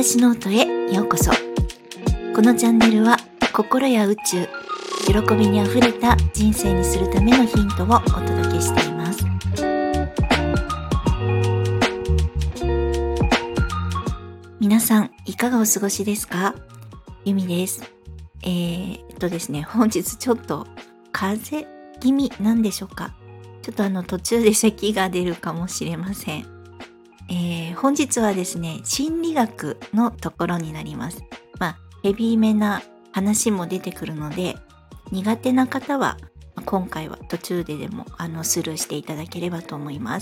私ノートへようこそ。このチャンネルは心や宇宙、喜びにあふれた人生にするためのヒントをお届けしています。皆さんいかがお過ごしですか？ゆみです。ですね、本日ちょっと風邪気味なんでしょうか。ちょっと途中で咳が出るかもしれません。本日はですね、心理学のところになります。ヘビーめな話も出てくるので、苦手な方は今回は途中ででもスルーしていただければと思います。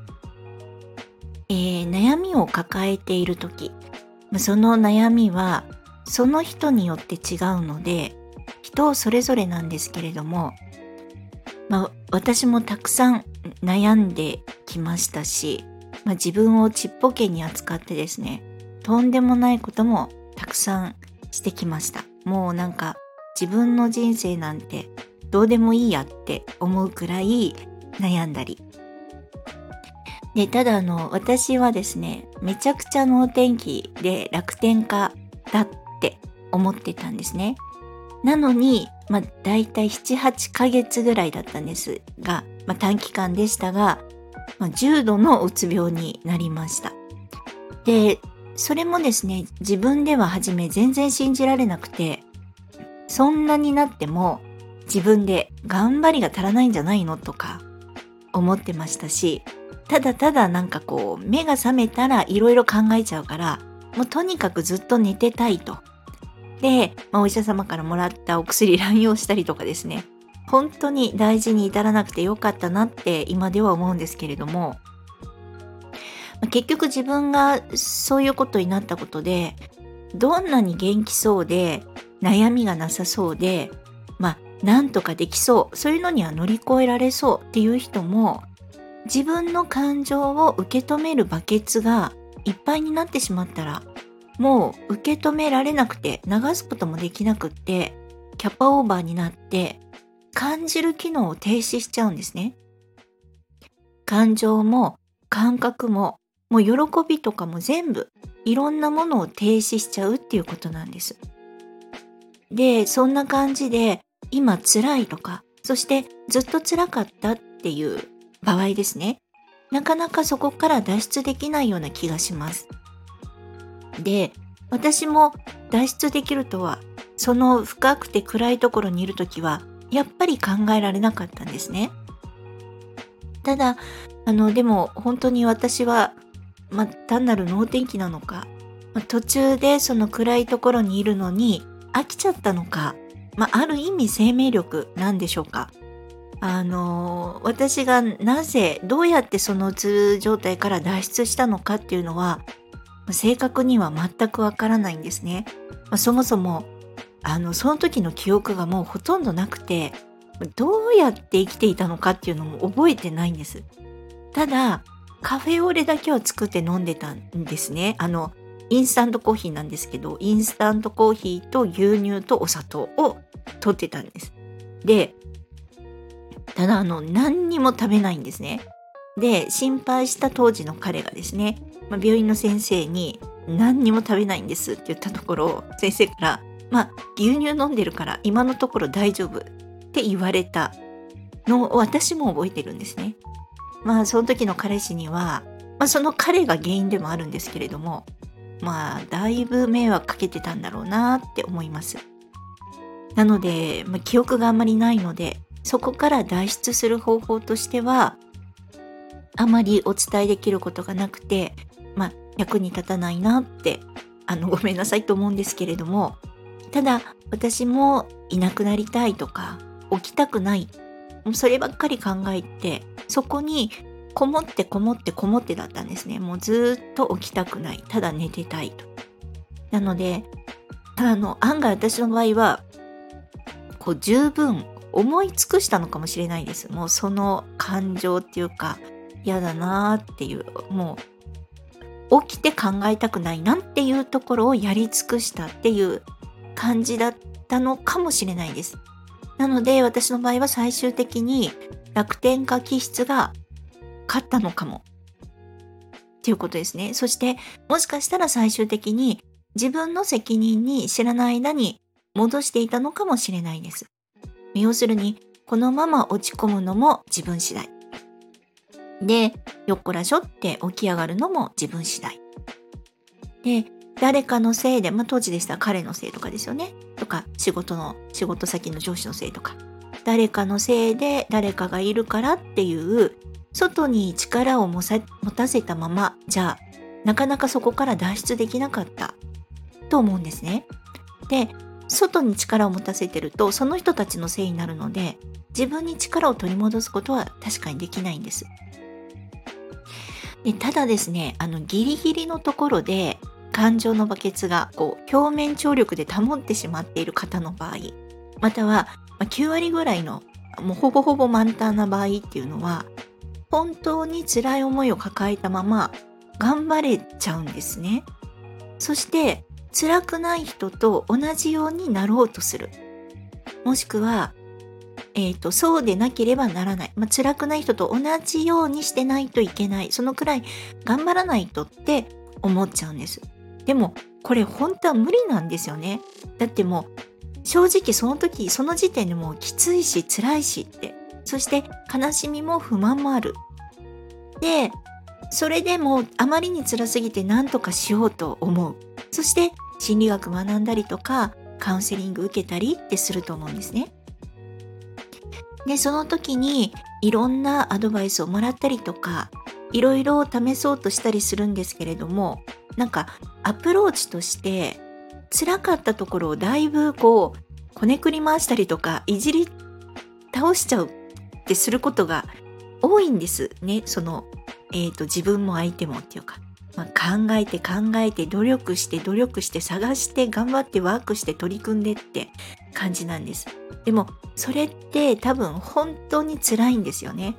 悩みを抱えているとき、その悩みはその人によって違うので、人それぞれなんですけれども、私もたくさん悩んできましたし、自分をちっぽけに扱ってですね、とんでもないこともたくさんしてきました。もう自分の人生なんてどうでもいいやって思うくらい悩んだり。で、ただ私はですね、めちゃくちゃ能天気で楽天家だって思ってたんですね。なのに、だいたい7、8ヶ月ぐらいだったんですが、短期間でしたが、重度のうつ病になりました。で、それもですね、自分では初め全然信じられなくて、そんなになっても自分で頑張りが足らないんじゃないのとか思ってましたし、ただただ目が覚めたらいろいろ考えちゃうから、もうとにかくずっと寝てたいと。で、お医者様からもらったお薬乱用したりとかですね、本当に大事に至らなくてよかったなって今では思うんですけれども、結局自分がそういうことになったことで、どんなに元気そうで悩みがなさそうで、なんとかできそう、そういうのには乗り越えられそうっていう人も、自分の感情を受け止めるバケツがいっぱいになってしまったら、もう受け止められなくて流すこともできなくって、キャパオーバーになって感じる機能を停止しちゃうんですね。感情も感覚ももう喜びとかも全部いろんなものを停止しちゃうっていうことなんです。で、そんな感じで今辛いとか、そしてずっと辛かったっていう場合ですね。なかなかそこから脱出できないような気がします。で、私も脱出できるとは、その深くて暗いところにいるときは、やっぱり考えられなかったんですね。ただ、でも本当に私は、単なる能天気なのか、途中でその暗いところにいるのに飽きちゃったのか、ある意味生命力なんでしょうか。私がなぜ、どうやってそのうつ状態から脱出したのかっていうのは、正確には全くわからないんですね。そもそも、その時の記憶がもうほとんどなくて、どうやって生きていたのかっていうのも覚えてないんです。ただ、カフェオレだけは作って飲んでたんですね。インスタントコーヒーなんですけど、インスタントコーヒーと牛乳とお砂糖を取ってたんです。で、ただ何にも食べないんですね。で、心配した当時の彼がですね、病院の先生に何にも食べないんですって言ったところ、先生から、牛乳飲んでるから今のところ大丈夫って言われたのを私も覚えてるんですね。その時の彼氏には、その彼が原因でもあるんですけれども、だいぶ迷惑かけてたんだろうなって思います。なので、記憶があまりないので、そこから脱出する方法としては、あまりお伝えできることがなくて、役に立たないなって、ごめんなさいと思うんですけれども、ただ、私もいなくなりたいとか、起きたくない、そればっかり考えて、そこにこもってだったんですね。もうずっと起きたくない。ただ寝てたいと。なので、案外私の場合は、十分思い尽くしたのかもしれないです。もうその感情っていうか、嫌だなーっていう、もう起きて考えたくないなっていうところをやり尽くしたっていう感じだったのかもしれないです。なので私の場合は最終的に楽天家気質が勝ったのかも。 ていうことですね。そしてもしかしたら最終的に自分の責任に知らない間に戻していたのかもしれないです。要するに、このまま落ち込むのも自分次第。で、よっこらしょって起き上がるのも自分次第。で、誰かのせいで、当時でしたら彼のせいとかですよね。とか、仕事先の上司のせいとか。誰かのせいで誰かがいるからっていう、外に力を持たせたまま、じゃあ、なかなかそこから脱出できなかったと思うんですね。で、外に力を持たせてると、その人たちのせいになるので、自分に力を取り戻すことは確かにできないんです。で、ただですね、ギリギリのところで、感情のバケツが表面張力で保ってしまっている方の場合、または9割ぐらいのもうほぼほぼ満タンな場合っていうのは、本当に辛い思いを抱えたまま頑張れちゃうんですね。そして辛くない人と同じようになろうとする。もしくは、そうでなければならない。辛くない人と同じようにしてないといけない。そのくらい頑張らないとって思っちゃうんです。でも、これ本当は無理なんですよね。だってもう、正直その時、その時点でもうきついし辛いしって。そして悲しみも不満もある。で、それでもあまりに辛すぎて何とかしようと思う。そして心理学学んだりとか、カウンセリング受けたりってすると思うんですね。で、その時にいろんなアドバイスをもらったりとか、いろいろ試そうとしたりするんですけれども、アプローチとして辛かったところをだいぶこねくり回したりとか、いじり倒しちゃうってすることが多いんですね。自分も相手もっていうか。考えて努力して探して頑張ってワークして取り組んでって感じなんです。でもそれって多分本当に辛いんですよね。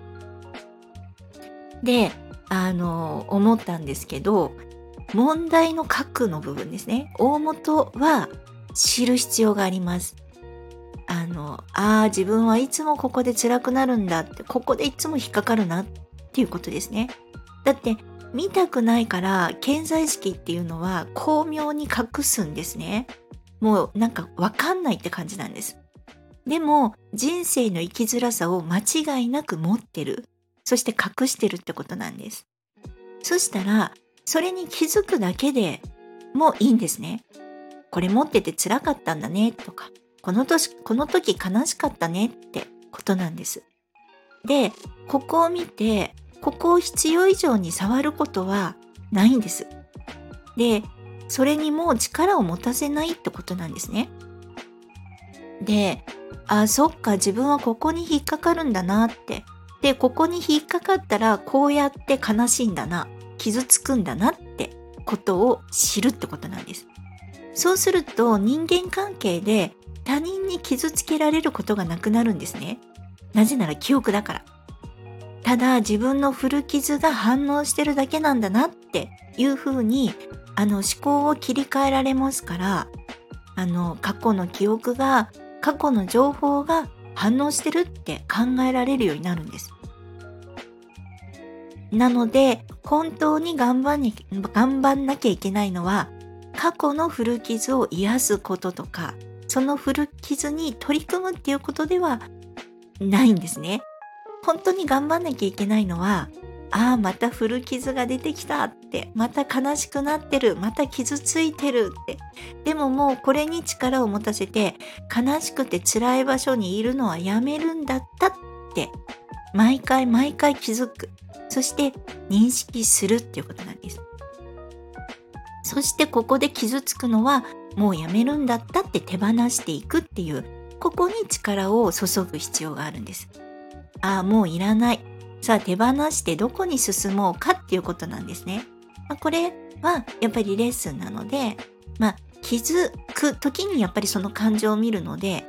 で、思ったんですけど、問題の核の部分ですね。大元は知る必要があります。自分はいつもここで辛くなるんだって、ここでいつも引っかかるなっていうことですね。だって見たくないから潜在意識っていうのは巧妙に隠すんですね。もうわかんないって感じなんです。でも人生の生きづらさを間違いなく持ってる。そして隠してるってことなんです。そしたらそれに気づくだけでもういいんですね。これ持ってて辛かったんだねとか、この時悲しかったねってことなんです。で、ここを見て、ここを必要以上に触ることはないんです。で、それにもう力を持たせないってことなんですね。で、そっか、自分はここに引っかかるんだなって。で、ここに引っかかったらこうやって悲しいんだな、傷つくんだなってことを知るってことなんです。そうすると人間関係で他人に傷つけられることがなくなるんですね。なぜなら記憶だから。ただ自分の古傷が反応してるだけなんだなっていうふうに思考を切り替えられますから、過去の記憶が過去の情報が反応してるって考えられるようになるんです。なので本当に頑張んなきゃいけないのは、過去の古傷を癒すこととか、その古傷に取り組むっていうことではないんですね。本当に頑張んなきゃいけないのは、また古傷が出てきたって、また悲しくなってる、また傷ついてるって。でももうこれに力を持たせて、悲しくて辛い場所にいるのはやめるんだったって、毎回気づく。そして認識するっていうことなんです。そしてここで傷つくのはもうやめるんだったって手放していくっていう、ここに力を注ぐ必要があるんです。もういらない。さあ手放してどこに進もうかっていうことなんですね。これはやっぱりレッスンなので、気づく時にやっぱりその感情を見るので、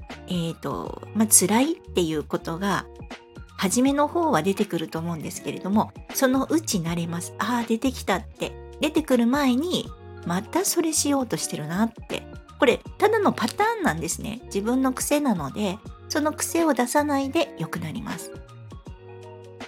辛いっていうことが初めの方は出てくると思うんですけれども、そのうち慣れます。出てきたって。出てくる前にまたそれしようとしてるなって、これただのパターンなんですね。自分の癖なので、その癖を出さないで良くなります。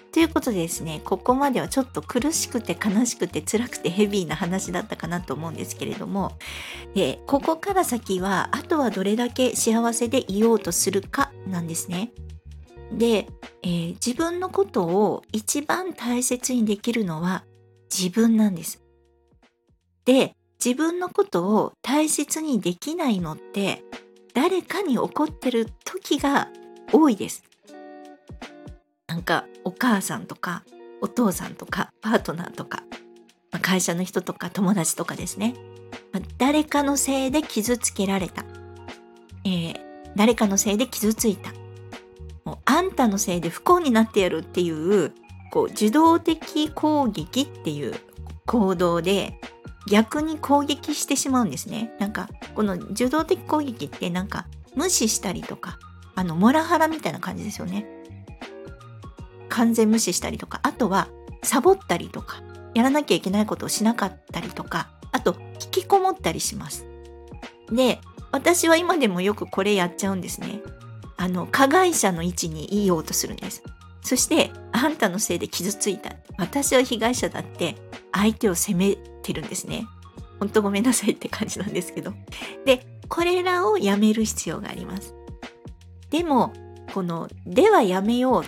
ということでですね、ここまではちょっと苦しくて悲しくて辛くてヘビーな話だったかなと思うんですけれども、で、ここから先は、あとはどれだけ幸せでいようとするかなんですね。で、自分のことを一番大切にできるのは自分なんです。で、自分のことを大切にできないのって、誰かに怒ってる時が多いです。なんかお母さんとかお父さんとかパートナーとか、会社の人とか友達とかですね。誰かのせいで傷つけられた。誰かのせいで傷ついた。もうあんたのせいで不幸になってやるっていう、受動的攻撃っていう行動で逆に攻撃してしまうんですね。なんかこの受動的攻撃ってなんか無視したりとか、モラハラみたいな感じですよね。完全無視したりとか、あとはサボったりとか、やらなきゃいけないことをしなかったりとか、あと引きこもったりします。で、私は今でもよくこれやっちゃうんですね。加害者の位置にいようとするんです。そして、あんたのせいで傷ついた。私は被害者だって相手を責めてるんですね。ほんとごめんなさいって感じなんですけど。で、これらをやめる必要があります。でも、ではやめようって、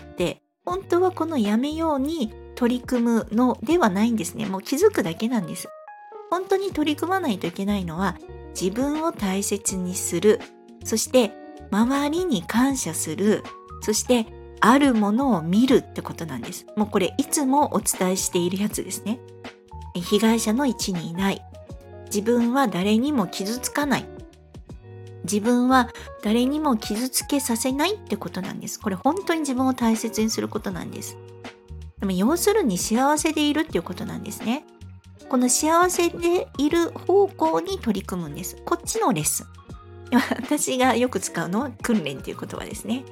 本当はこのやめように取り組むのではないんですね。もう気づくだけなんです。本当に取り組まないといけないのは、自分を大切にする。そして、周りに感謝する。そして、あるものを見るってことなんです。もうこれいつもお伝えしているやつですね。被害者の位置にいない。自分は誰にも傷つかない。自分は誰にも傷つけさせないってことなんです。これ本当に自分を大切にすることなんです。でも要するに幸せでいるっていうことなんですね。この幸せでいる方向に取り組むんです。こっちのレッスン。私がよく使うのは訓練っていう言葉ですね。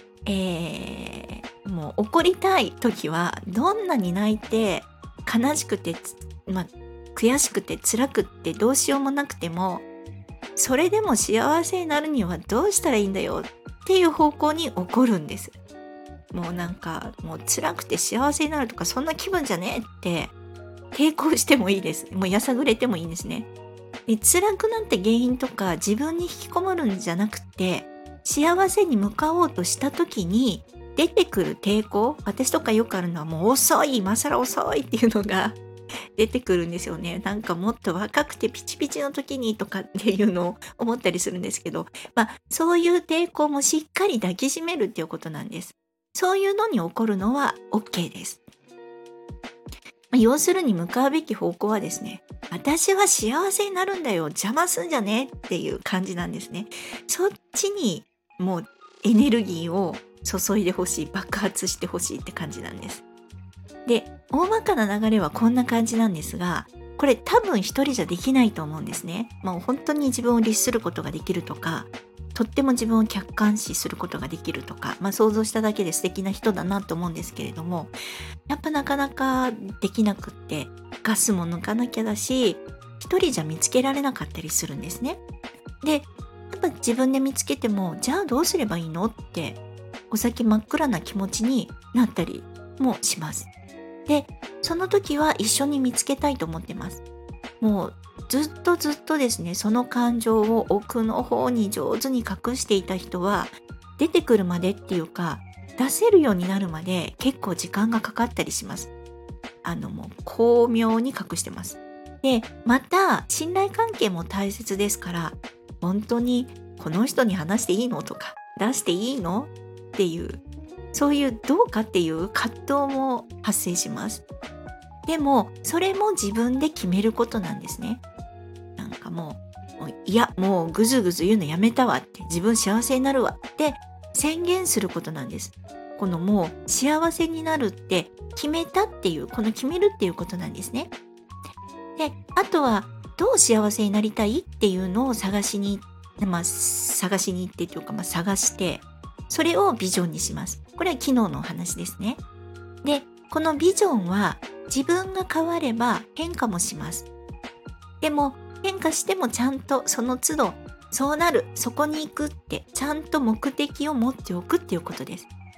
もう怒りたい時はどんなに泣いて悲しくて、悔しくて辛くってどうしようもなくても、それでも幸せになるにはどうしたらいいんだよっていう方向に怒るんです。もう辛くて幸せになるとかそんな気分じゃねえって抵抗してもいいです。もうやさぐれてもいいんですね。で、辛くなって原因とか自分に引きこもるんじゃなくて、幸せに向かおうとした時に出てくる抵抗、私とかよくあるのはもう遅い、今更遅いっていうのが出てくるんですよね。なんかもっと若くてピチピチの時にとかっていうのを思ったりするんですけど、そういう抵抗もしっかり抱きしめるっていうことなんです。そういうのに起こるのは OK です。要するに向かうべき方向はですね、私は幸せになるんだよ、邪魔すんじゃねっていう感じなんですね。そっちにもうエネルギーを注いでほしい、爆発してほしいって感じなんです。で、大まかな流れはこんな感じなんですが、これ多分一人じゃできないと思うんですね。本当に自分を律することができるとか、とっても自分を客観視することができるとか、想像しただけで素敵な人だなと思うんですけれども、やっぱなかなかできなくって、ガスも抜かなきゃだし、一人じゃ見つけられなかったりするんですね。で、やっぱ自分で見つけても、じゃあどうすればいいのって、お先真っ暗な気持ちになったりもします。で、その時は一緒に見つけたいと思ってます。もうずっとですね、その感情を奥の方に上手に隠していた人は、出てくるまでっていうか、出せるようになるまで結構時間がかかったりします。もう巧妙に隠してます。で、また信頼関係も大切ですから、本当にこの人に話していいのとか、出していいのっていう、そういうどうかっていう葛藤も発生します。でも、それも自分で決めることなんですね。なんかもうぐずぐず言うのやめたわって、自分幸せになるわって宣言することなんです。このもう幸せになるって決めたっていう、この決めるっていうことなんですね。で、あとはどう幸せになりたいっていうのを探しに行ってというか、探して、それをビジョンにします。これは昨日のお話ですね。で、このビジョンは自分が変われば変化もします。でも変化してもちゃんとその都度そうなる、そこに行くってちゃんと目的を持っておくっていうことです。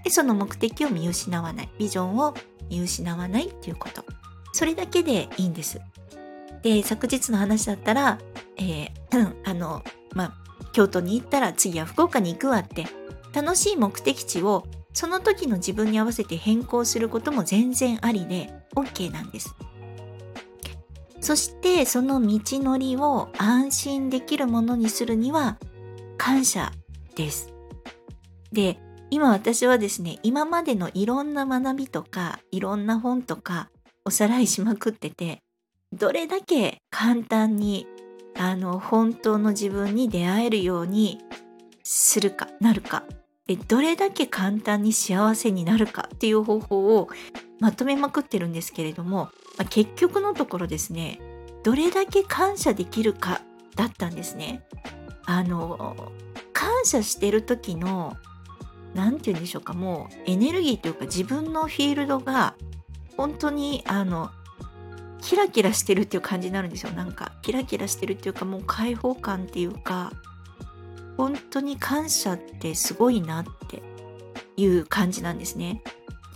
で、その目的を見失わない。ビジョンを見失わないっていうこと。それだけでいいんです。で、昨日の話だったら、京都に行ったら次は福岡に行くわって、楽しい目的地をその時の自分に合わせて変更することも全然ありで OK なんです。そしてその道のりを安心できるものにするには感謝です。で、今私はですね、今までのいろんな学びとか、いろんな本とかおさらいしまくってて、どれだけ簡単に本当の自分に出会えるようにするかなるか、でどれだけ簡単に幸せになるかっていう方法をまとめまくってるんですけれども、結局のところですね、どれだけ感謝できるかだったんですね。感謝してる時のなんて言うんでしょうか、もうエネルギーというか自分のフィールドが本当にキラキラしてるっていう感じになるんですよ。なんかキラキラしてるっていうか、もう開放感っていうか、本当に感謝ってすごいなっていう感じなんですね。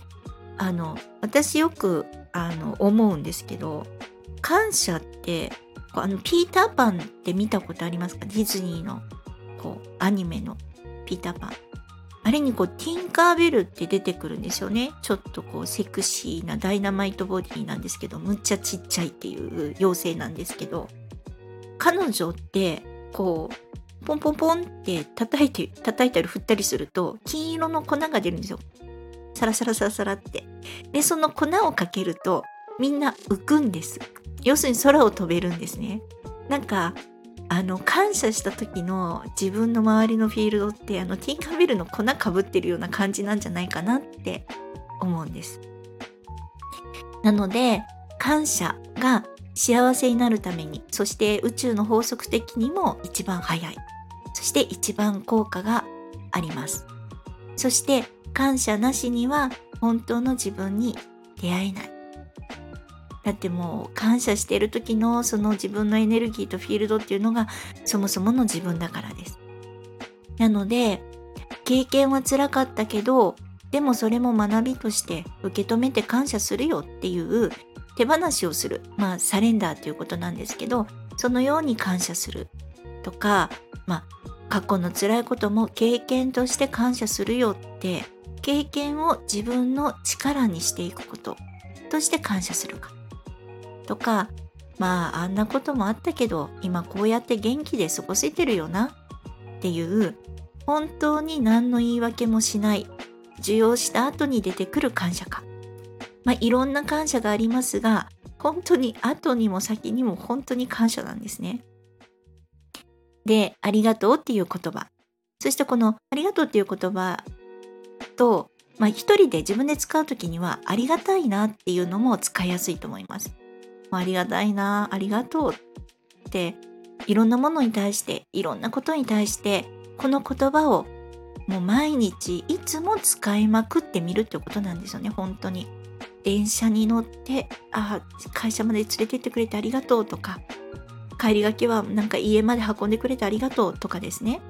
私よく思うんですけど、感謝ってピーターパンって見たことありますか？ディズニーのアニメのピーターパン。あれにティンカーベルって出てくるんですよね。ちょっとセクシーなダイナマイトボディなんですけど、むっちゃちっちゃいっていう妖精なんですけど、彼女ってポンポンポンって叩いたり振ったりすると金色の粉が出るんですよ。サラサラサラサラって。で、その粉をかけるとみんな浮くんです。要するに空を飛べるんですね。なんか感謝した時の自分の周りのフィールドってティンカーベルの粉かぶってるような感じなんじゃないかなって思うんです。なので感謝が幸せになるために、そして宇宙の法則的にも一番早い、そして一番効果があります。そして感謝なしには本当の自分に出会えない。だってもう感謝している時のその自分のエネルギーとフィールドっていうのがそもそもの自分だからです。なので経験は辛かったけど、でもそれも学びとして受け止めて感謝するよっていう手放しをする、サレンダーということなんですけど、そのように感謝するとか、過去の辛いことも経験として感謝するよって、経験を自分の力にしていくこととして感謝するかとか、あんなこともあったけど今こうやって元気で過ごせてるよなっていう本当に何の言い訳もしない受容した後に出てくる感謝か、いろんな感謝がありますが、本当に後にも先にも本当に感謝なんですね。で、ありがとうっていう言葉、そしてこのありがとうっていう言葉と、一人で自分で使うときにはありがたいなっていうのも使いやすいと思います。ありがたいな、ありがとうっていろんなものに対していろんなことに対してこの言葉をもう毎日いつも使いまくってみるってことなんですよね。本当に電車に乗って会社まで連れてってくれてありがとうとか、帰りがけはなんか家まで運んでくれてありがとうとかですね。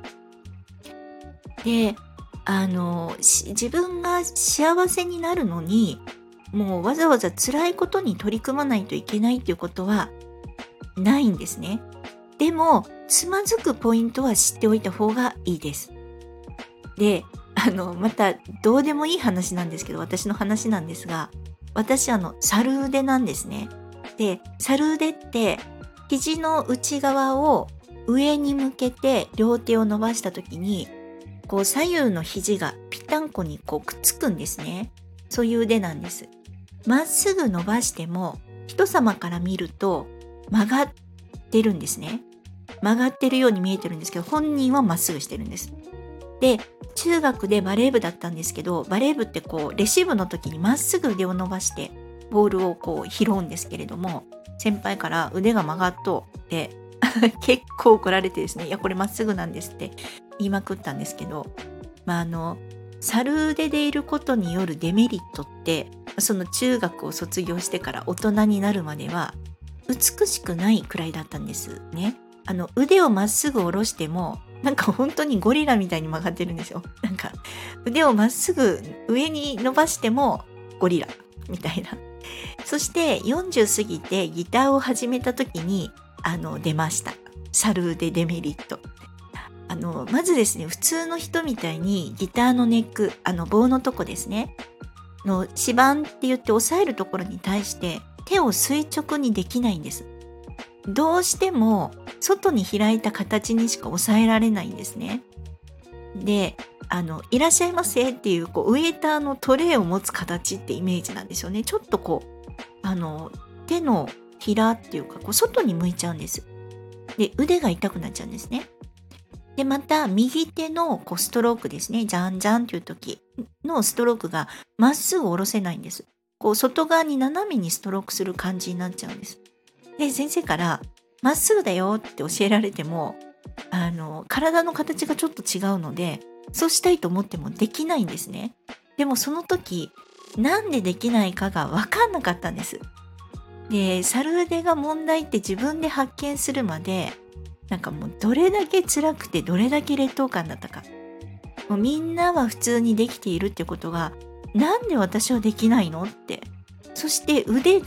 で自分が幸せになるのにもうわざわざ辛いことに取り組まないといけないっていうことはないんですね。でもつまずくポイントは知っておいた方がいいです。でまたどうでもいい話なんですけど、私の話なんですが、私猿腕なんですね。で、猿腕って肘の内側を上に向けて両手を伸ばした時に左右の肘がぴったんこにくっつくんですね。そういう腕なんです。まっすぐ伸ばしても人様から見ると曲がってるんですね。曲がってるように見えてるんですけど、本人はまっすぐしてるんです。で、中学でバレー部だったんですけど、バレー部ってレシーブの時にまっすぐ腕を伸ばしてボールを拾うんですけれども、先輩から腕が曲がっとって結構怒られてですね、いやこれまっすぐなんですって言いまくったんですけど、猿腕でいることによるデメリットって、その中学を卒業してから大人になるまでは美しくないくらいだったんですね。腕をまっすぐ下ろしてもなんか本当にゴリラみたいに曲がってるんですよ。なんか腕をまっすぐ上に伸ばしてもゴリラみたいな。そして40過ぎてギターを始めた時に出ました。サルーデデメリット。まずですね、普通の人みたいにギターのネック、棒のとこですね、の指板って言って押さえるところに対して手を垂直にできないんです。どうしても外に開いた形にしか押さえられないんですね。で、いらっしゃいませっていう、ウエイターのトレイを持つ形ってイメージなんですよね。ちょっと手のひらっていうか、外に向いちゃうんです。で、腕が痛くなっちゃうんですね。で、また、右手のストロークですね。ジャンジャンっていう時のストロークがまっすぐ下ろせないんです。外側に斜めにストロークする感じになっちゃうんです。で、先生から、まっすぐだよって教えられても、体の形がちょっと違うので、そうしたいと思ってもできないんですね。でもその時、なんでできないかが分かんなかったんです。で、サルーデが問題って自分で発見するまで、なんかもうどれだけ辛くてどれだけ劣等感だったか。もうみんなは普通にできているってことが、なんで私はできないのって。そして手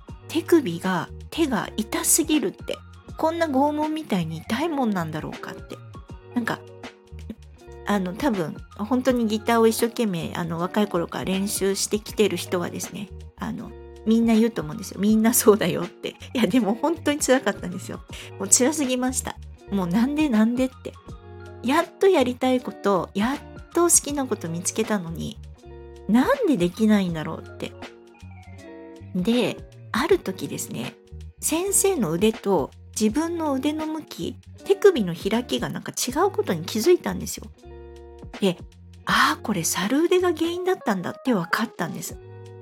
が痛すぎるって。こんな拷問みたいに痛いもんなんだろうかって。なんか、多分、本当にギターを一生懸命、若い頃から練習してきてる人はですね、みんな言うと思うんですよ。みんなそうだよって。いや、でも本当に辛かったんですよ。もう辛すぎました。もうなんでって。やっとやりたいこと、やっと好きなこと見つけたのに、なんでできないんだろうって。で、ある時ですね、先生の腕と自分の腕の向き、手首の開きがなんか違うことに気づいたんですよ。で、これサル腕が原因だったんだって分かったんです。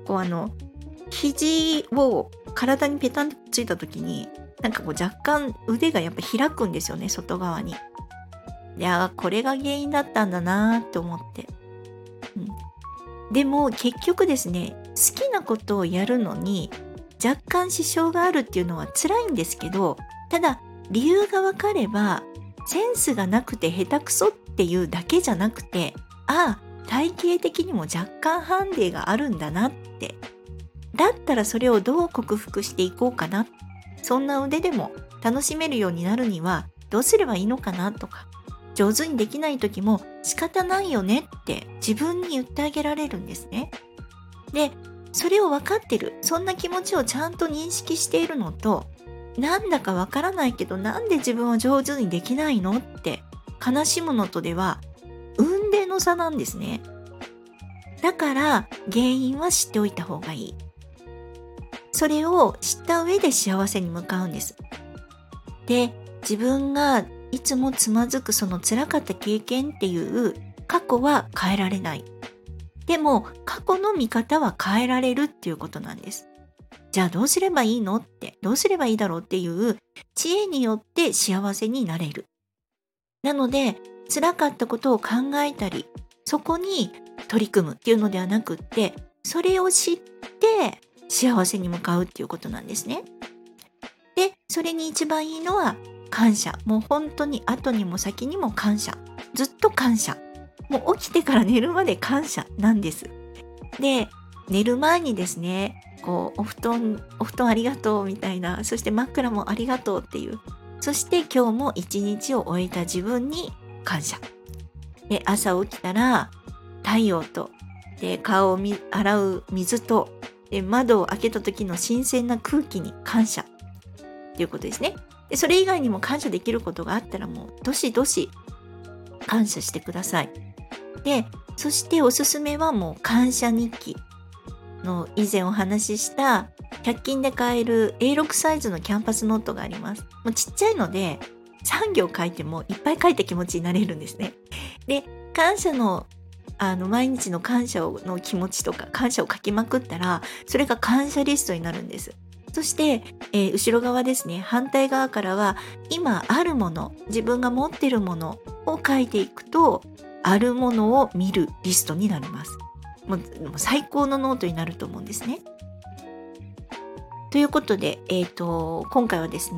肘を体にペタンとついた時に、なんか若干腕がやっぱ開くんですよね、外側に。いや、これが原因だったんだなって思って。でも結局ですね、好きなことをやるのに若干支障があるっていうのは辛いんですけど、ただ理由が分かれば、センスがなくて下手くそっていうだけじゃなくて、体型的にも若干ハンディがあるんだなって。だったらそれをどう克服していこうかな。そんな腕でも楽しめるようになるにはどうすればいいのかなとか、上手にできない時も仕方ないよねって自分に言ってあげられるんですね。で、それを分かってる、そんな気持ちをちゃんと認識しているのと、なんだかわからないけどなんで自分は上手にできないのって悲しむのとでは雲泥の差なんですね。だから原因は知っておいた方がいい。それを知った上で幸せに向かうんです。で、自分がいつもつまずくその辛かった経験っていう過去は変えられない。でも過去の見方は変えられるっていうことなんです。じゃあどうすればいいのって、どうすればいいだろうっていう知恵によって幸せになれる。なので、辛かったことを考えたり、そこに取り組むっていうのではなくって、それを知って幸せに向かうっていうことなんですね。で、それに一番いいのは感謝。もう本当に後にも先にも感謝。ずっと感謝。もう起きてから寝るまで感謝なんです。で、寝る前にですね、お布団ありがとうみたいな、そして枕もありがとうっていう、そして今日も一日を終えた自分に感謝。で、朝起きたら太陽と、で、顔を洗う水と、で、窓を開けた時の新鮮な空気に感謝っていうことですね。で、それ以外にも感謝できることがあったらもうどしどし感謝してください。で、そしておすすめはもう感謝日記の以前お話しした100均で買える A6 サイズのキャンパスノートがあります。もうちっちゃいので3行書いてもいっぱい書いた気持ちになれるんですね。で、感謝の毎日の感謝の気持ちとか感謝を書きまくったら、それが感謝リストになるんです。そして、後ろ側ですね、反対側からは今あるもの、自分が持っているものを書いていくと、あるものを見るリストになります。もう最高のノートになると思うんですね。ということで、今回はですね、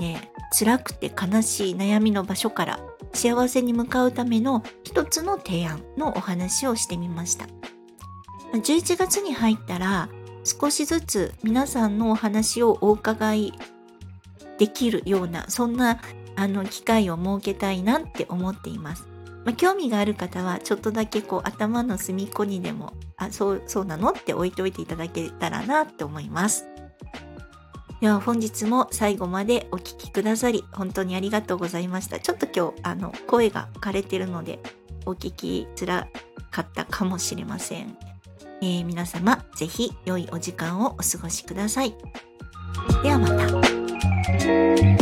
辛くて悲しい悩みの場所から幸せに向かうための一つの提案のお話をしてみました。11月に入ったら少しずつ皆さんのお話をお伺いできるような、そんな機会を設けたいなって思っています。興味がある方はちょっとだけ頭の隅っこにでもそうなのって置いておいていただけたらなって思います。では本日も最後までお聞きくださり本当にありがとうございました。ちょっと今日声が枯れてるのでお聞きづらかったかもしれません。皆様ぜひ良いお時間をお過ごしください。ではまた。